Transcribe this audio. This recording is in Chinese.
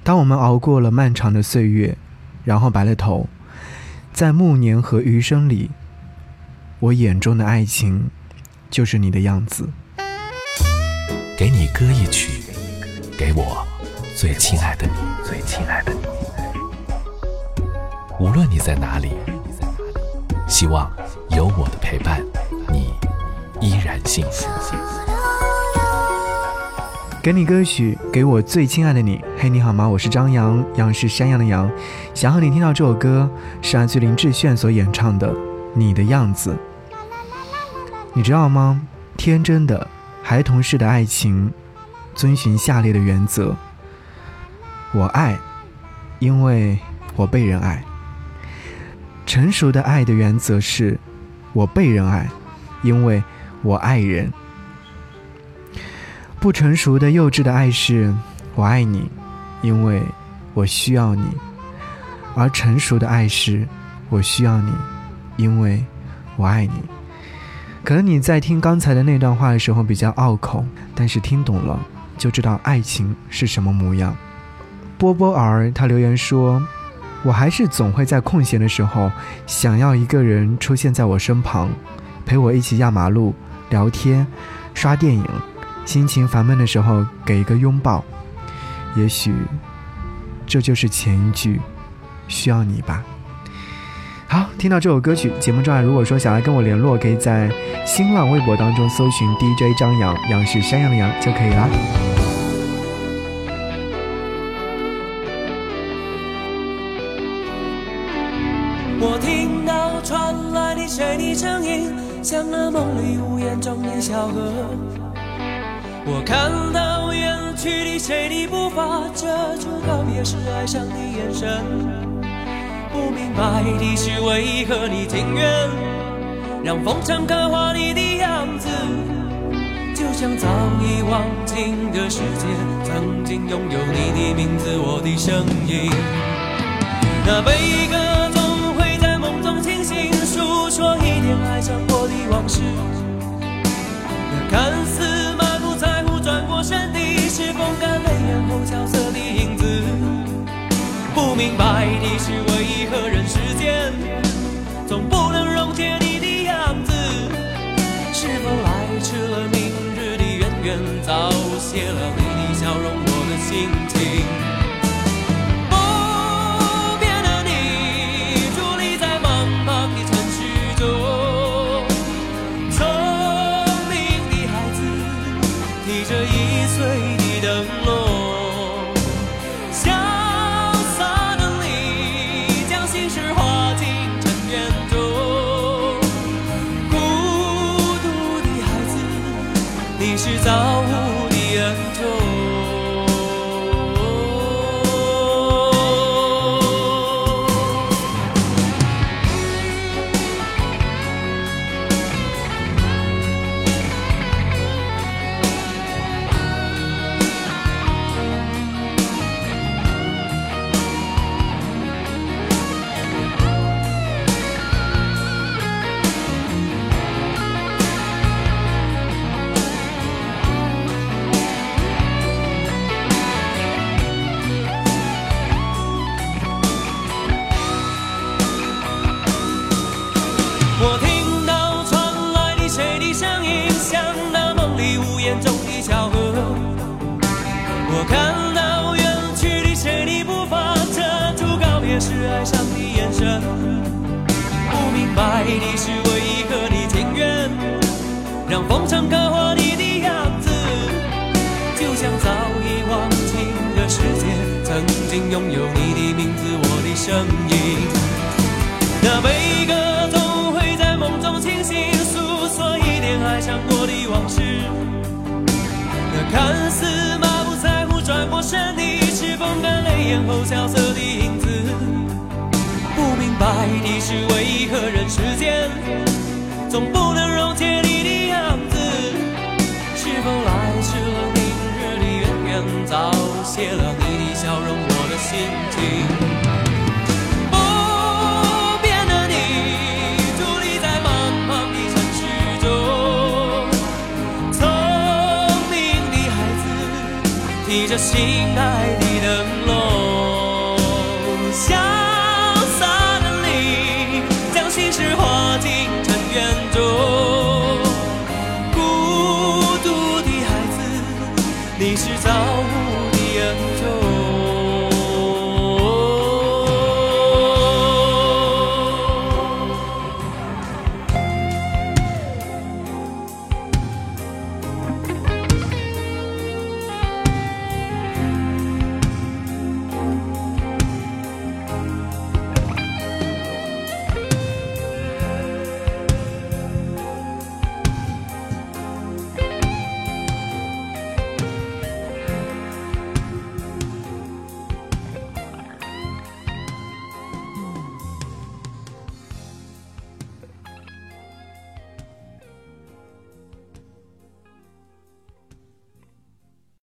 当我们熬过了漫长的岁月，然后白了头，在暮年和余生里，我眼中的爱情就是你的样子。 给你歌一曲，给我最亲爱的你，最亲爱的你。无论你在哪里，希望有我的陪伴，你依然幸福。 给你歌曲，给我最亲爱的你。嘿，你好吗？我是张扬，杨是山羊的羊。想和你听到这首歌，是来自林志炫所演唱的《你的样子》。你知道吗？天真的孩童式的爱情遵循下列的原则：我爱，因为我被人爱。成熟的爱的原则是我被人爱，因为我爱人。不成熟的幼稚的爱是我爱你，因为我需要你。而成熟的爱是我需要你，因为我爱你。可能你在听刚才的那段话的时候比较拗口，但是听懂了就知道爱情是什么模样。波波儿他留言说，我还是总会在空闲的时候想要一个人出现在我身旁，陪我一起压马路、聊天、刷电影，心情烦闷的时候给一个拥抱。也许这就是前一句需要你吧。好，听到这首歌曲，节目中如果说想要跟我联络，可以在新浪微博当中搜寻 DJ 张扬，杨是山羊的羊就可以啦。 我听到传来你谁的声音，像那梦里无言中的小河。我看到远去的谁的步伐，遮住告别时哀伤的眼神。不明白的是为何你情愿让风尘刻画你的样子，就像早已忘情的世界曾经拥有你的名字，我的声音。那悲歌总会在梦中清醒，诉说一点爱上过的往事。那看似满不在乎转过身的，是风干泪眼后萧瑟的影子。不明白的是为何人世间总不能溶解你的样子，是否来迟了明日的远远，早谢了你的笑容，我的心情。不变的你伫立在茫茫的城市中，聪明的孩子提着1岁的灯笼，你是造物的恩宠。我听到传来的谁的声音，像那梦里无言中的小河。我看到远去的谁的步伐，遮住告别时哀伤的眼神。不明白的是为何你情愿让风尘刻画你的样子，就像早已忘情的世界曾经拥有你的名字，我的声音。那悲歌总会在梦中清醒，诉说一点爱上过的往事。那看似满不在乎转过身的，是风干泪眼后萧瑟的影子。不明白的是为何人世间总不能溶解你的样子，是否来迟了明日的远远，早谢了你的笑容，我的心情。提着心爱的灯